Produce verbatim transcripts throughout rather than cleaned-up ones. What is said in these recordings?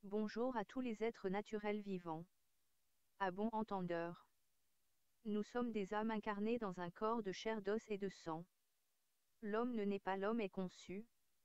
Bonjour à tous les êtres naturels vivants. À bon entendeur. Nous sommes des âmes incarnées dans un corps de chair, d'os et de sang. L'homme ne naît pas, l'homme est conçu.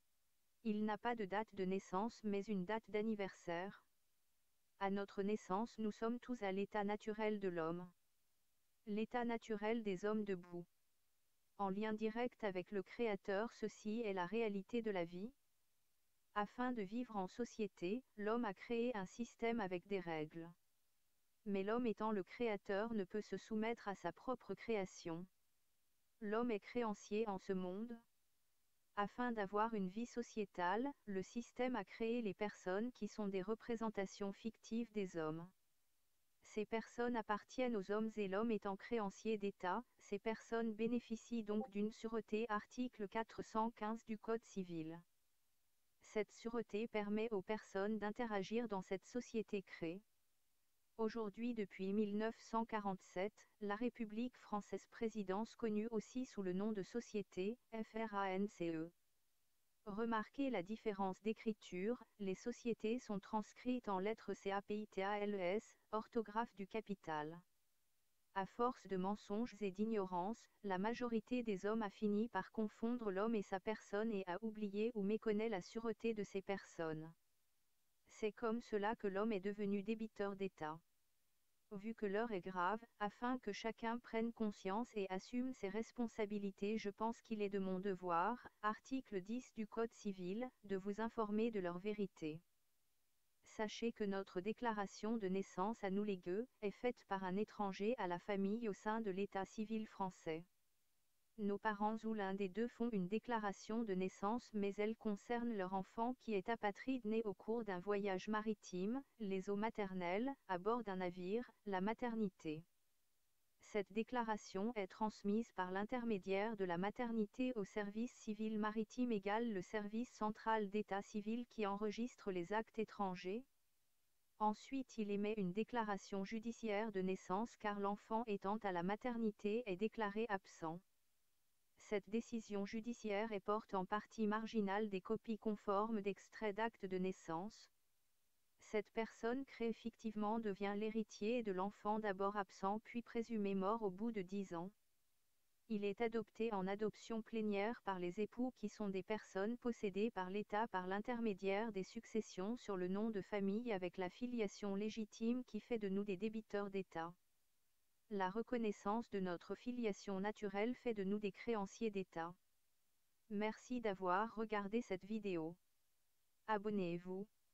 Il n'a pas de date de naissance mais une date d'anniversaire. À notre naissance, nous sommes tous à l'état naturel de l'homme. L'état naturel des hommes debout. En lien direct avec le Créateur, ceci est la réalité de la vie. Afin de vivre en société, l'homme a créé un système avec des règles. Mais l'homme étant le créateur ne peut se soumettre à sa propre création. L'homme est créancier en ce monde. Afin d'avoir une vie sociétale, le système a créé les personnes qui sont des représentations fictives des hommes. Ces personnes appartiennent aux hommes et l'homme étant créancier d'État, ces personnes bénéficient donc d'une sûreté article quatre cent quinze du Code civil. Cette sûreté permet aux personnes d'interagir dans cette société créée. Aujourd'hui depuis mille neuf cent quarante-sept, la République française présidence connue aussi sous le nom de Société, F R A N C E. Remarquez la différence d'écriture, les sociétés sont transcrites en lettres C A P I T A L E S, orthographe du capital. À force de mensonges et d'ignorance, la majorité des hommes a fini par confondre l'homme et sa personne et a oublié ou méconnaît la sûreté de ces personnes. C'est comme cela que l'homme est devenu débiteur d'État. Vu que l'heure est grave, afin que chacun prenne conscience et assume ses responsabilités, je pense qu'il est de mon devoir, article dix du Code civil, de vous informer de leur vérité. Sachez que notre déclaration de naissance à nous les gueux est faite par un étranger à la famille au sein de l'État civil français. Nos parents ou l'un des deux font une déclaration de naissance mais elle concerne leur enfant qui est apatride né au cours d'un voyage maritime, les eaux maternelles, à bord d'un navire, la maternité. Cette déclaration est transmise par l'intermédiaire de la maternité au service civil maritime égal le service central d'état civil qui enregistre les actes étrangers. Ensuite il émet une déclaration judiciaire de naissance car l'enfant étant à la maternité est déclaré absent. Cette décision judiciaire est porte en partie marginale des copies conformes d'extraits d'actes de naissance. Cette personne créée fictivement devient l'héritier de l'enfant d'abord absent puis présumé mort au bout de dix ans. Il est adopté en adoption plénière par les époux qui sont des personnes possédées par l'État par l'intermédiaire des successions sur le nom de famille avec la filiation légitime qui fait de nous des débiteurs d'État. La reconnaissance de notre filiation naturelle fait de nous des créanciers d'État. Merci d'avoir regardé cette vidéo. Abonnez-vous.